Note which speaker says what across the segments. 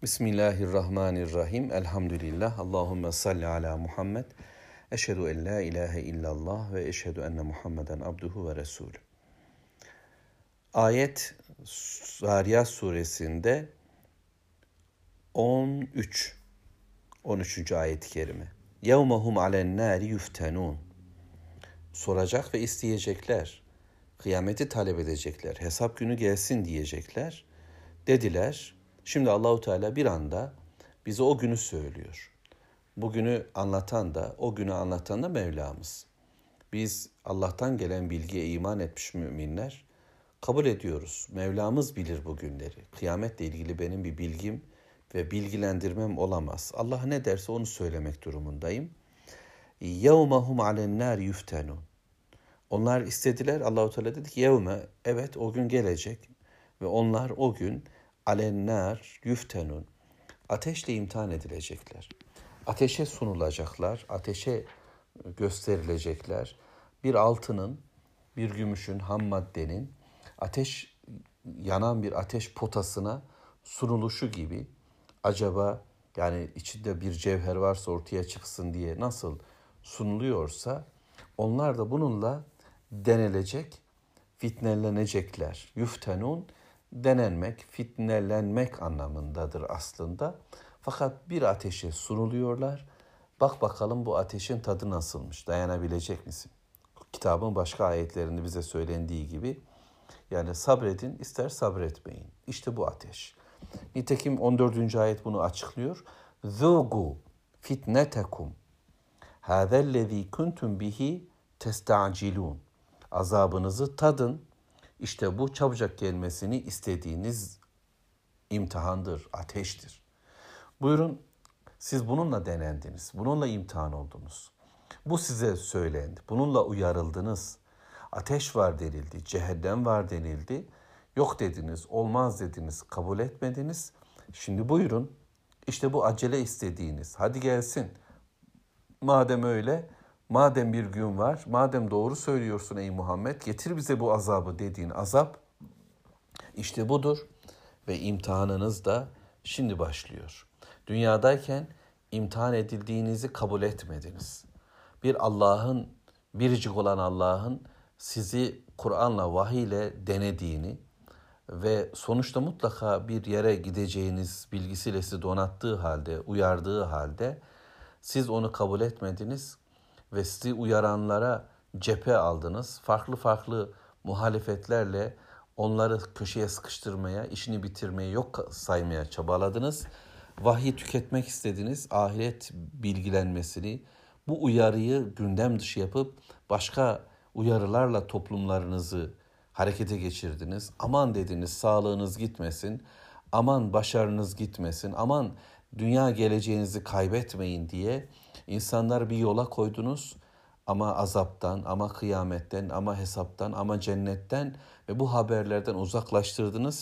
Speaker 1: Bismillahirrahmanirrahim. Elhamdülillah. Allahümme salli ala Muhammed. Eşhedü en la ilahe illallah ve eşhedü enne Muhammeden abduhu ve resulü. Ayet Zariyat suresinde 13. ayet-i kerime. Yevmehum alen nari yuftenun. Soracak ve isteyecekler. Kıyameti talep edecekler. Hesap günü gelsin diyecekler. Dediler. Şimdi Allahu Teala bir anda bize o günü söylüyor. Bugünü anlatan da, o günü anlatan da Mevlamız. Biz Allah'tan gelen bilgiye iman etmiş müminler kabul ediyoruz. Mevlamız bilir bu günleri. Kıyametle ilgili benim bir bilgim ve bilgilendirmem olamaz. Allah ne derse onu söylemek durumundayım. يَوْمَهُمْ عَلَى النَّارِ يُفْتَنُونَ. Onlar istediler. Allahu Teala dedi ki yevme, evet o gün gelecek ve onlar o gün alennar yüftenun, ateşle imtihan edilecekler. Ateşe sunulacaklar, ateşe gösterilecekler. Bir altının, bir gümüşün, ham maddenin ateş, yanan bir ateş potasına sunuluşu gibi. Acaba yani içinde bir cevher varsa ortaya çıksın diye nasıl sunuluyorsa onlar da bununla denilecek, fitnelenecekler. Yüftenun, denenmek, fitnelenmek anlamındadır aslında. Fakat bir ateşe sunuluyorlar. Bak bakalım bu ateşin tadı nasılmış, dayanabilecek misin? Kitabın başka ayetlerinde bize söylendiği gibi, yani sabredin, ister sabretmeyin. İşte bu ateş. Nitekim 14. ayet bunu açıklıyor. ذُوقُوا فِتْنَتَكُمْ هَذَا الَّذ۪ي كُنْتُمْ بِهِ تَسْتَعْجِلُونَ. Azabınızı tadın. İşte bu çabucak gelmesini istediğiniz imtihandır, ateştir. Buyurun, siz bununla denendiniz, bununla imtihan oldunuz. Bu size söylendi, bununla uyarıldınız. Ateş var denildi, cehennem var denildi. Yok dediniz, olmaz dediniz, kabul etmediniz. Şimdi buyurun, işte bu acele istediğiniz, hadi gelsin. Madem öyle, madem bir gün var, madem doğru söylüyorsun ey Muhammed, getir bize bu azabı dediğin azap, işte budur ve imtihanınız da şimdi başlıyor. Dünyadayken imtihan edildiğinizi kabul etmediniz. Bir Allah'ın, biricik olan Allah'ın sizi Kur'an'la, vahiyle denediğini ve sonuçta mutlaka bir yere gideceğiniz bilgisiyle sizi donattığı halde, uyardığı halde siz onu kabul etmediniz ve sizi uyaranlara cephe aldınız. Farklı farklı muhalefetlerle onları köşeye sıkıştırmaya, işini bitirmeye, yok saymaya çabaladınız. Vahiy tüketmek istediniz, ahiret bilgilenmesini, bu uyarıyı gündem dışı yapıp başka uyarılarla toplumlarınızı harekete geçirdiniz. Aman dediniz sağlığınız gitmesin, aman başarınız gitmesin, aman dünya geleceğinizi kaybetmeyin diye insanlar bir yola koydunuz. Ama azaptan, ama kıyametten, ama hesaptan, ama cennetten ve bu haberlerden uzaklaştırdınız.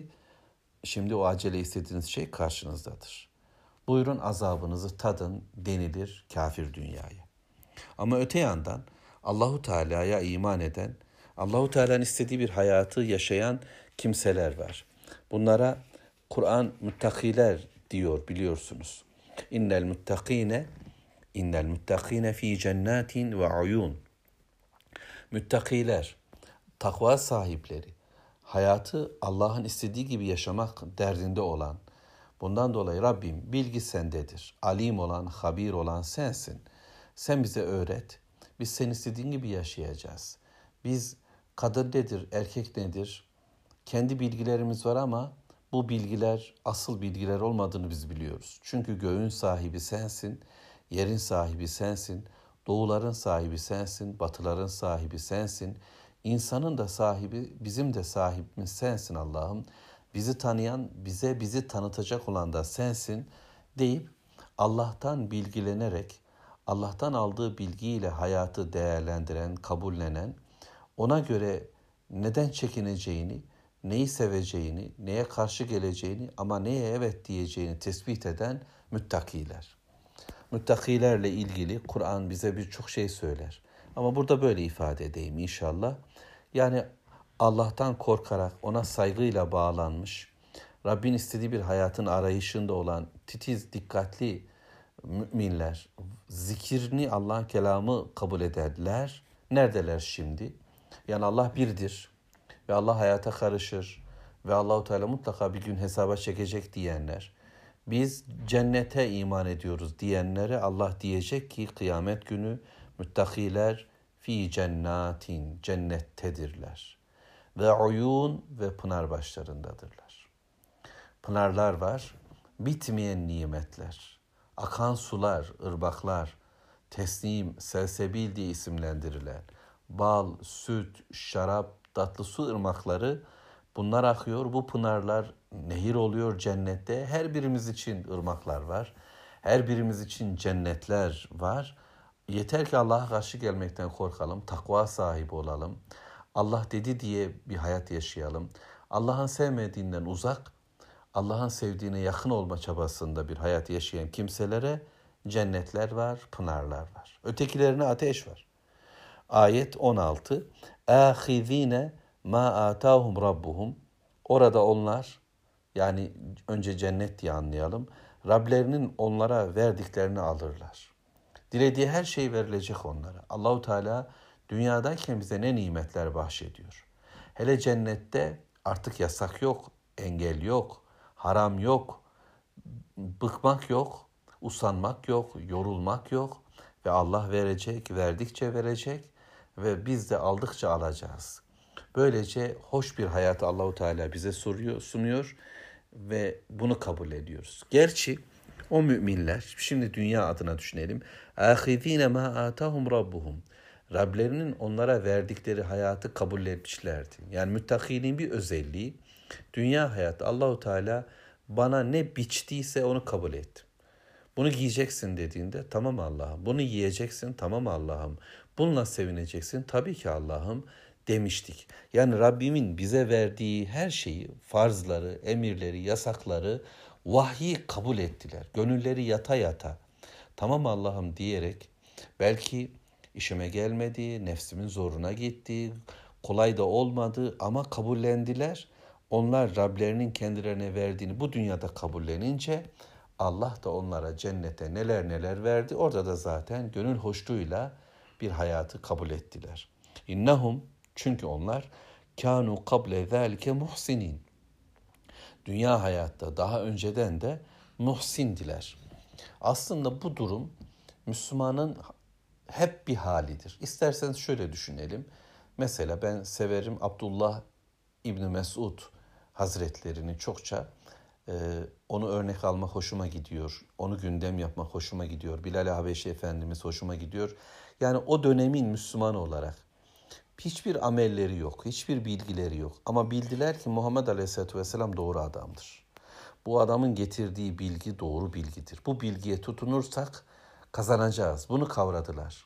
Speaker 1: Şimdi o acele istediğiniz şey karşınızdadır. Buyurun azabınızı tadın denilir kafir dünyaya. Ama öte yandan Allahu Teala'ya iman eden, Allahu Teala'nın istediği bir hayatı yaşayan kimseler var. Bunlara Kur'an muttakiler diyor, biliyorsunuz. İnnel muttakine fi cennetin ve uyun. Müttakiler, takva sahipleri, hayatı Allah'ın istediği gibi yaşamak derdinde olan, bundan dolayı Rabbim bilgi sendedir, alim olan, habir olan sensin. Sen bize öğret, biz senin istediğin gibi yaşayacağız. Biz kadın nedir, erkek nedir, kendi bilgilerimiz var ama bu bilgiler asıl bilgiler olmadığını biz biliyoruz. Çünkü göğün sahibi sensin, yerin sahibi sensin, doğuların sahibi sensin, batıların sahibi sensin. İnsanın da sahibi, bizim de sahibimiz sensin Allah'ım. Bizi tanıyan, bizi tanıtacak olan da sensin deyip Allah'tan bilgilenerek, Allah'tan aldığı bilgiyle hayatı değerlendiren, kabullenen, ona göre neden çekineceğini, neyi seveceğini, neye karşı geleceğini ama neye evet diyeceğini tespit eden müttakiler. Müttakilerle ilgili Kur'an bize birçok şey söyler. Ama burada böyle ifade edeyim inşallah. Yani Allah'tan korkarak ona saygıyla bağlanmış Rabbin istediği bir hayatın arayışında olan titiz, dikkatli müminler zikrini, Allah'ın kelamı kabul ederler. Neredeler şimdi? Yani Allah birdir ve Allah hayata karışır ve Allahu Teala mutlaka bir gün hesaba çekecek diyenler. Biz cennete iman ediyoruz diyenlere Allah diyecek ki kıyamet günü müttakiler fi cennatin, cennettedirler. Ve uyun ve pınar başlarındadırlar. Pınarlar var, bitmeyen nimetler, akan sular, ırmaklar, tesnim, selsebil diye isimlendirilen bal, süt, şarap, tatlı su ırmakları bunlar akıyor. Bu pınarlar nehir oluyor cennette. Her birimiz için ırmaklar var. Her birimiz için cennetler var. Yeter ki Allah'a karşı gelmekten korkalım, takva sahibi olalım. Allah dedi diye bir hayat yaşayalım. Allah'ın sevmediğinden uzak, Allah'ın sevdiğine yakın olma çabasında bir hayat yaşayan kimselere cennetler var, pınarlar var. Ötekilerine ateş var. Ayet 16. Âhizîne mâ âtâhum rabbuhum. Orada onlar, yani önce cennet diye anlayalım, Rablerinin onlara verdiklerini alırlar. Dilediği her şey verilecek onlara. Allahu Teala dünyadayken bize ne nimetler bahşediyor. Hele cennette artık yasak yok, engel yok, haram yok, bıkmak yok, usanmak yok, yorulmak yok ve Allah verecek, verdikçe verecek ve biz de aldıkça alacağız. Böylece hoş bir hayatı Allahu Teala bize sunuyor ve bunu kabul ediyoruz. Gerçi o müminler, şimdi dünya adına düşünelim. Ahizine ma atahum rabbuhum. Rablerinin onlara verdikleri hayatı kabul etmişlerdi. Yani müttakinin bir özelliği, dünya hayatı Allahu Teala bana ne biçtiyse onu kabul ettim. Bunu giyeceksin dediğinde tamam Allah'ım. Bunu yiyeceksin tamam Allah'ım. Bununla sevineceksin tabii ki Allah'ım demiştik. Yani Rabbimin bize verdiği her şeyi, farzları, emirleri, yasakları, vahyi kabul ettiler. Gönülleri yata yata tamam Allah'ım diyerek belki işime gelmedi, nefsimin zoruna gitti, kolay da olmadı ama kabullendiler. Onlar Rablerinin kendilerine verdiğini bu dünyada kabullenince Allah da onlara cennete neler neler verdi. Orada da zaten gönül hoşluğuyla bir hayatı kabul ettiler. İnnehum, çünkü onlar kanu kable zalike muhsinin. Dünya hayatta daha önceden de muhsindiler. Aslında bu durum Müslümanın hep bir halidir. İsterseniz şöyle düşünelim. Mesela ben severim Abdullah İbni Mesud Hazretlerini çokça. Onu örnek almak hoşuma gidiyor. Onu gündem yapmak hoşuma gidiyor. Bilal Habeşi Efendimiz hoşuma gidiyor. Yani o dönemin Müslümanı olarak hiçbir amelleri yok, hiçbir bilgileri yok. Ama bildiler ki Muhammed Aleyhisselatü Vesselam doğru adamdır. Bu adamın getirdiği bilgi doğru bilgidir. Bu bilgiye tutunursak kazanacağız. Bunu kavradılar.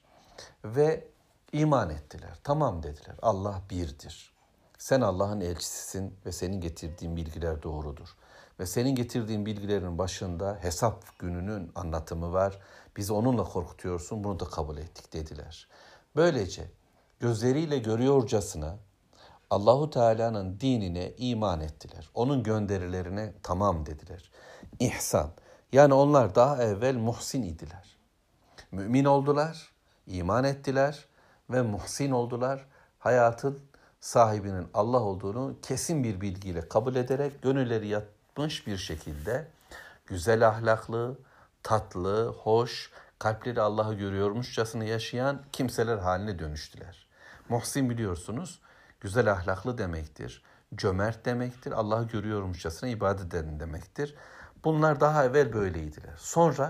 Speaker 1: Ve iman ettiler. Tamam dediler. Allah birdir. Sen Allah'ın elçisisin ve senin getirdiğin bilgiler doğrudur. Ve senin getirdiğin bilgilerin başında hesap gününün anlatımı var. Bizi onunla korkutuyorsun, bunu da kabul ettik dediler. Böylece gözleriyle görüyorcasına Allahu Teala'nın dinine iman ettiler. Onun gönderilerine tamam dediler. İhsan. Yani onlar daha evvel muhsin idiler. Mümin oldular, iman ettiler ve muhsin oldular. Hayatın sahibinin Allah olduğunu kesin bir bilgiyle kabul ederek gönülleri yatmış bir şekilde güzel ahlaklı, tatlı, hoş, kalpleri Allah'ı görüyormuşçasına yaşayan kimseler haline dönüştüler. Muhsin biliyorsunuz güzel ahlaklı demektir, cömert demektir, Allah'ı görüyormuşçasına ibadet eden demektir. Bunlar daha evvel böyleydiler. Sonra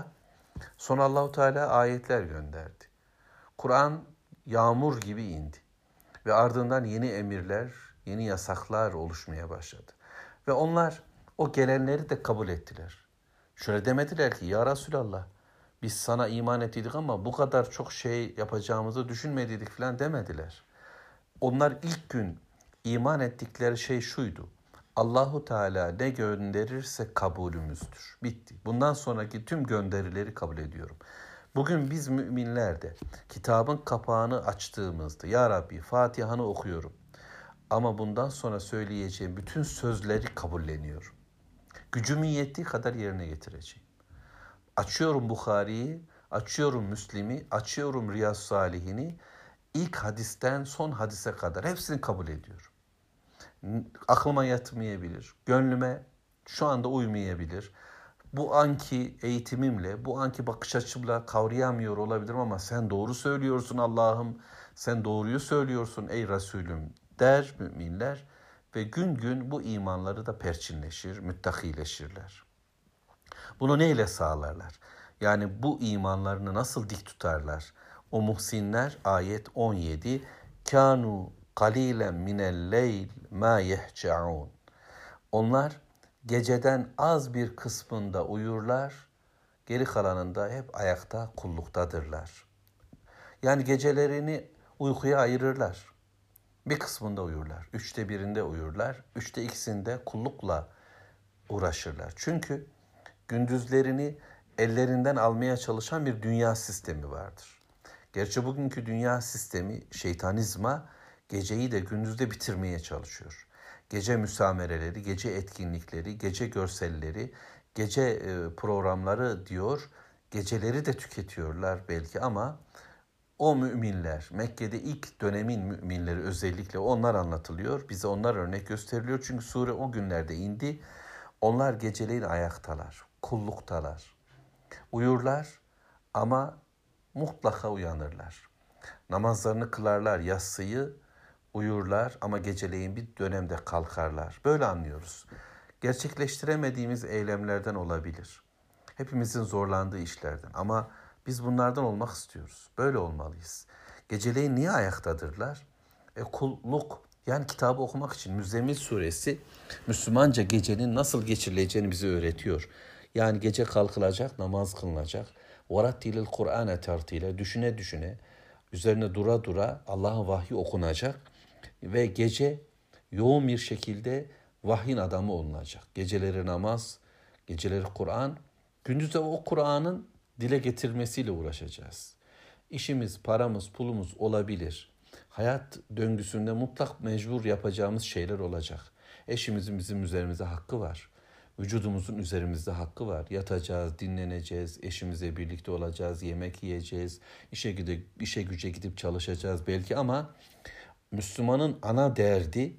Speaker 1: Allahu Teala ayetler gönderdi. Kur'an yağmur gibi indi. Ve ardından yeni emirler, yeni yasaklar oluşmaya başladı. Ve onlar o gelenleri de kabul ettiler. Şöyle demediler ki ya Resulallah biz sana iman ettiydik ama bu kadar çok şey yapacağımızı düşünmediydik falan demediler. Onlar ilk gün iman ettikleri şey şuydu. Allahu Teala ne gönderirse kabulümüzdür. Bitti. Bundan sonraki tüm gönderileri kabul ediyorum. Bugün biz müminler de kitabın kapağını açtığımızda ya Rabbi Fatiha'nı okuyorum. Ama bundan sonra söyleyeceğim bütün sözleri kabulleniyorum. Gücümün yettiği kadar yerine getireceğim. Açıyorum Bukhari'yi, açıyorum Müslim'i, açıyorum Riyaz Salihini. İlk hadisten son hadise kadar hepsini kabul ediyorum. Aklıma yatmayabilir, gönlüme şu anda uymayabilir. Bu anki eğitimimle, bu anki bakış açımla kavrayamıyor olabilirim ama sen doğru söylüyorsun Allah'ım, sen doğruyu söylüyorsun ey Resulüm der müminler ve gün gün bu imanları da perçinleşir, müttakileşirler. Bunu neyle sağlarlar? Yani bu imanlarını nasıl dik tutarlar? O muhsinler ayet 17 kanu qalilen minel leyl ma yehcaun. Onlar geceden az bir kısmında uyurlar, geri kalanında hep ayakta kulluktadırlar. Yani gecelerini uykuya ayırırlar. Bir kısmında uyurlar, 1/3'ünde uyurlar, 2/3'ünde kullukla uğraşırlar. Çünkü gündüzlerini ellerinden almaya çalışan bir dünya sistemi vardır. Gerçi bugünkü dünya sistemi, şeytanizma geceyi de gündüzde bitirmeye çalışıyor. Gece müsamereleri, gece etkinlikleri, gece görselleri, gece programları diyor, geceleri de tüketiyorlar belki ama o müminler, Mekke'de ilk dönemin müminleri özellikle onlar anlatılıyor. Bize onlar örnek gösteriliyor. Çünkü sure o günlerde indi. Onlar geceleyin ayaktalar, kulluktalar. Uyurlar ama mutlaka uyanırlar. Namazlarını kılarlar, yatsıyı uyurlar ama geceleyin bir dönemde kalkarlar. Böyle anlıyoruz. Gerçekleştiremediğimiz eylemlerden olabilir. Hepimizin zorlandığı işlerden ama biz bunlardan olmak istiyoruz. Böyle olmalıyız. Geceleyin niye ayaktadırlar? Kulluk yani kitabı okumak için Müzzemmil suresi Müslümanca gecenin nasıl geçirileceğini bize öğretiyor. Yani gece kalkılacak, namaz kılınacak. وَرَتِّلِ الْقُرْآنَ تَرْتِيلَ Düşüne düşüne, üzerine dura dura Allah'ın vahyi okunacak. Ve gece yoğun bir şekilde vahyin adamı olunacak. Geceleri namaz, geceleri Kur'an, gündüz de o Kur'an'ın dile getirilmesiyle uğraşacağız. İşimiz, paramız, pulumuz olabilir. Hayat döngüsünde mutlak mecbur yapacağımız şeyler olacak. Eşimizin bizim üzerimize hakkı var. Vücudumuzun üzerimizde hakkı var. Yatacağız, dinleneceğiz, eşimizle birlikte olacağız, yemek yiyeceğiz, işe güce gidip çalışacağız belki ama Müslümanın ana derdi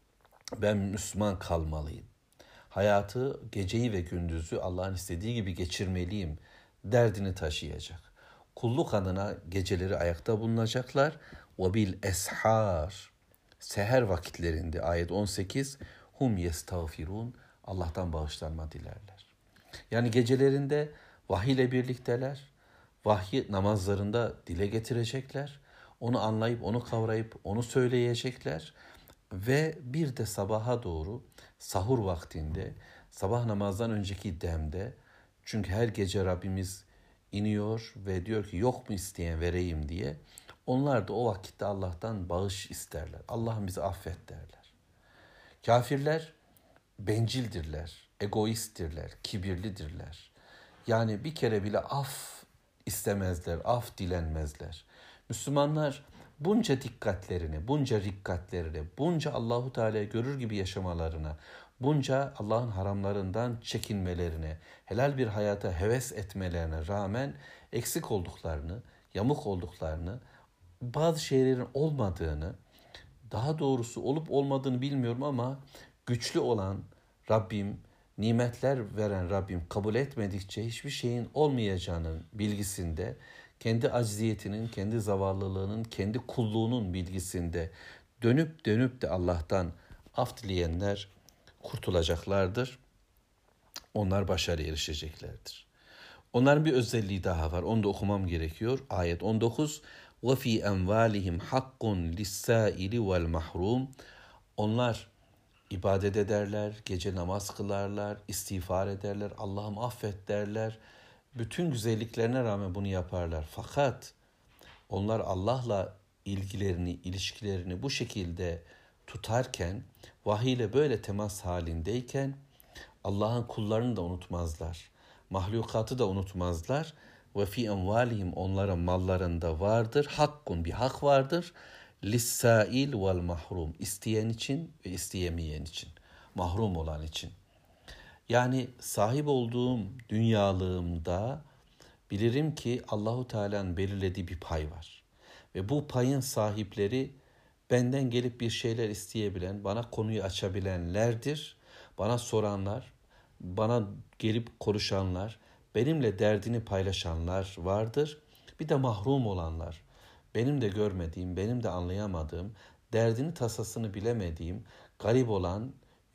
Speaker 1: ben Müslüman kalmalıyım. Hayatı, geceyi ve gündüzü Allah'ın istediği gibi geçirmeliyim derdini taşıyacak. Kulluk adına geceleri ayakta bulunacaklar. وَبِالْ eshar Seher vakitlerinde ayet 18 hum yestağfirun Allah'tan bağışlanma dilerler. Yani gecelerinde vahiy ile birlikteler. Vahyi namazlarında dile getirecekler. Onu anlayıp, onu kavrayıp, onu söyleyecekler. Ve bir de sabaha doğru sahur vaktinde, sabah namazdan önceki demde, çünkü her gece Rabbimiz iniyor ve diyor ki yok mu isteyen vereyim diye. Onlar da o vakitte Allah'tan bağış isterler. Allah'ım bizi affet derler. Kafirler bencildirler, egoisttirler, kibirlidirler. Yani bir kere bile af istemezler, af dilenmezler. Müslümanlar bunca dikkatlerini, bunca rikkatlerini, bunca Allahu Teala'yı görür gibi yaşamalarına, bunca Allah'ın haramlarından çekinmelerine, helal bir hayata heves etmelerine rağmen eksik olduklarını, yamuk olduklarını, bazı şeylerin olmadığını, daha doğrusu olup olmadığını bilmiyorum ama güçlü olan Rabbim, nimetler veren Rabbim kabul etmedikçe hiçbir şeyin olmayacağının bilgisinde, kendi acziyetinin, kendi zavallılığının, kendi kulluğunun bilgisinde dönüp dönüp de Allah'tan af dileyenler kurtulacaklardır. Onlar başarıya erişeceklerdir. Onların bir özelliği daha var. Onu da okumam gerekiyor. Ayet 19. وَفِي اَنْوَالِهِمْ حَقٌّ لِلسَّائِلِ وَالْمَحْرُومِ Onlar ibadet ederler, gece namaz kılarlar, istiğfar ederler, Allah'ım affet derler. Bütün güzelliklerine rağmen bunu yaparlar. Fakat onlar Allah'la ilgilerini, ilişkilerini bu şekilde tutarken, vahiy ile böyle temas halindeyken Allah'ın kullarını da unutmazlar. Mahlukatı da unutmazlar. Ve fi envalihim onların mallarında vardır. Hakkun bir hak vardır. Lissail vel mahrum. İsteyen için ve isteyemeyen için. Mahrum olan için. Yani sahip olduğum dünyalığımda bilirim ki Allahu Teala'nın belirlediği bir pay var. Ve bu payın sahipleri benden gelip bir şeyler isteyebilen, bana konuyu açabilenlerdir. Bana soranlar, bana gelip konuşanlar, benimle derdini paylaşanlar vardır. Bir de mahrum olanlar, benim de görmediğim, benim de anlayamadığım, derdini tasasını bilemediğim, garip olan,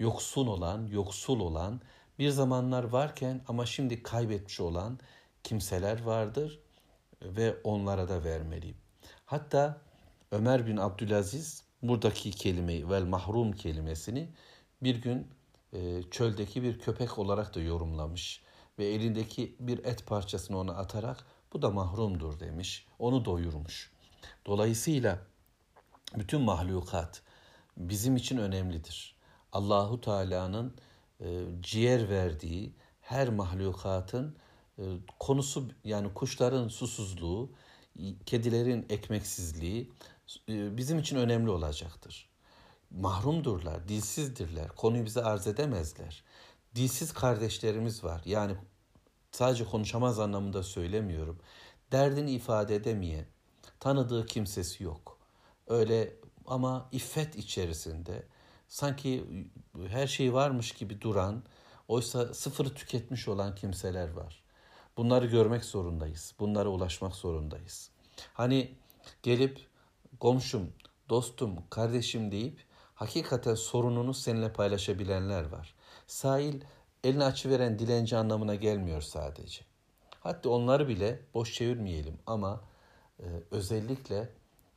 Speaker 1: yoksul olan, bir zamanlar varken ama şimdi kaybetmiş olan kimseler vardır ve onlara da vermeliyim. Hatta Ömer bin Abdülaziz buradaki kelimeyi vel mahrum kelimesini bir gün çöldeki bir köpek olarak da yorumlamış ve elindeki bir et parçasını ona atarak bu da mahrumdur demiş. Onu doyurmuş. Dolayısıyla bütün mahlukat bizim için önemlidir. Allahu Teala'nın ciğer verdiği her mahlukatın konusu, yani kuşların susuzluğu, kedilerin ekmeksizliği bizim için önemli olacaktır. Mahrumdurlar, dilsizdirler, konuyu bize arz edemezler. Dilsiz kardeşlerimiz var. Yani sadece konuşamaz anlamında söylemiyorum. Derdini ifade edemeyen, tanıdığı kimsesi yok. Öyle ama iffet içerisinde sanki her şey varmış gibi duran, oysa sıfırı tüketmiş olan kimseler var. Bunları görmek zorundayız. Bunlara ulaşmak zorundayız. Hani gelip komşum, dostum, kardeşim deyip hakikaten sorununu seninle paylaşabilenler var. Sahil elini açıveren dilenci anlamına gelmiyor sadece. Hatta onları bile boş çevirmeyelim ama özellikle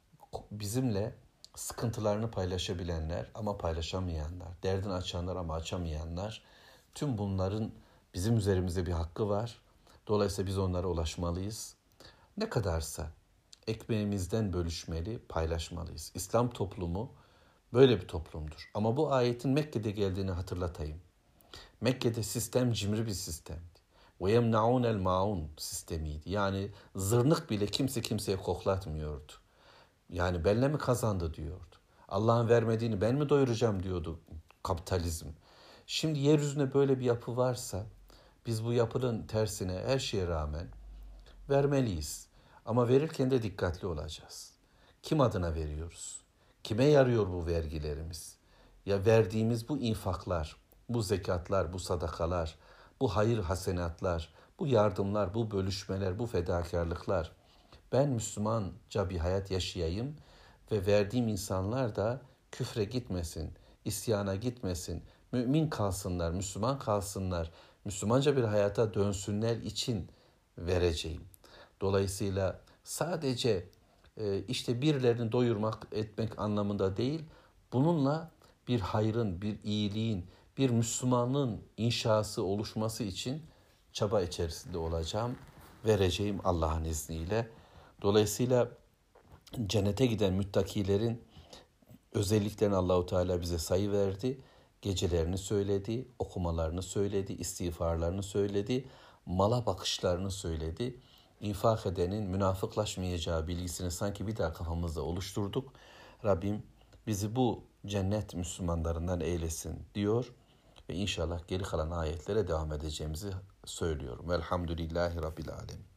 Speaker 1: bizimle sıkıntılarını paylaşabilenler ama paylaşamayanlar, derdini açanlar ama açamayanlar, tüm bunların bizim üzerimizde bir hakkı var. Dolayısıyla biz onlara ulaşmalıyız. Ne kadarsa ekmeğimizden bölüşmeli, paylaşmalıyız. İslam toplumu böyle bir toplumdur. Ama bu ayetin Mekke'de geldiğini hatırlatayım. Mekke'de sistem cimri bir sistemdi. وَيَمْنَعُونَ الْمَعُونَ sistemiydi. Yani zırnık bile kimse kimseye koklatmıyordu. Yani benle mi kazandı diyordu. Allah'ın vermediğini ben mi doyuracağım diyordu kapitalizm. Şimdi yeryüzünde böyle bir yapı varsa biz bu yapının tersine her şeye rağmen vermeliyiz. Ama verirken de dikkatli olacağız. Kim adına veriyoruz? Kime yarıyor bu vergilerimiz? Ya verdiğimiz bu infaklar, bu zekatlar, bu sadakalar, bu hayır hasenatlar, bu yardımlar, bu bölüşmeler, bu fedakarlıklar. Ben Müslümanca bir hayat yaşayayım ve verdiğim insanlar da küfre gitmesin, isyana gitmesin, mümin kalsınlar, Müslüman kalsınlar, Müslümanca bir hayata dönsünler için vereceğim. Dolayısıyla sadece işte birilerini doyurmak etmek anlamında değil, bununla bir hayrın, bir iyiliğin, bir Müslümanlığın inşası oluşması için çaba içerisinde olacağım, vereceğim Allah'ın izniyle. Dolayısıyla cennete giden müttakilerin özelliklerini Allahu Teala bize sayıverdi. Gecelerini söyledi, okumalarını söyledi, istiğfarlarını söyledi, mala bakışlarını söyledi. İnfak edenin münafıklaşmayacağı bilgisini sanki bir daha kafamızda oluşturduk. Rabbim bizi bu cennet Müslümanlarından eylesin diyor ve inşallah geri kalan ayetlere devam edeceğimizi söylüyorum. Velhamdülillahi Rabbil Alemin.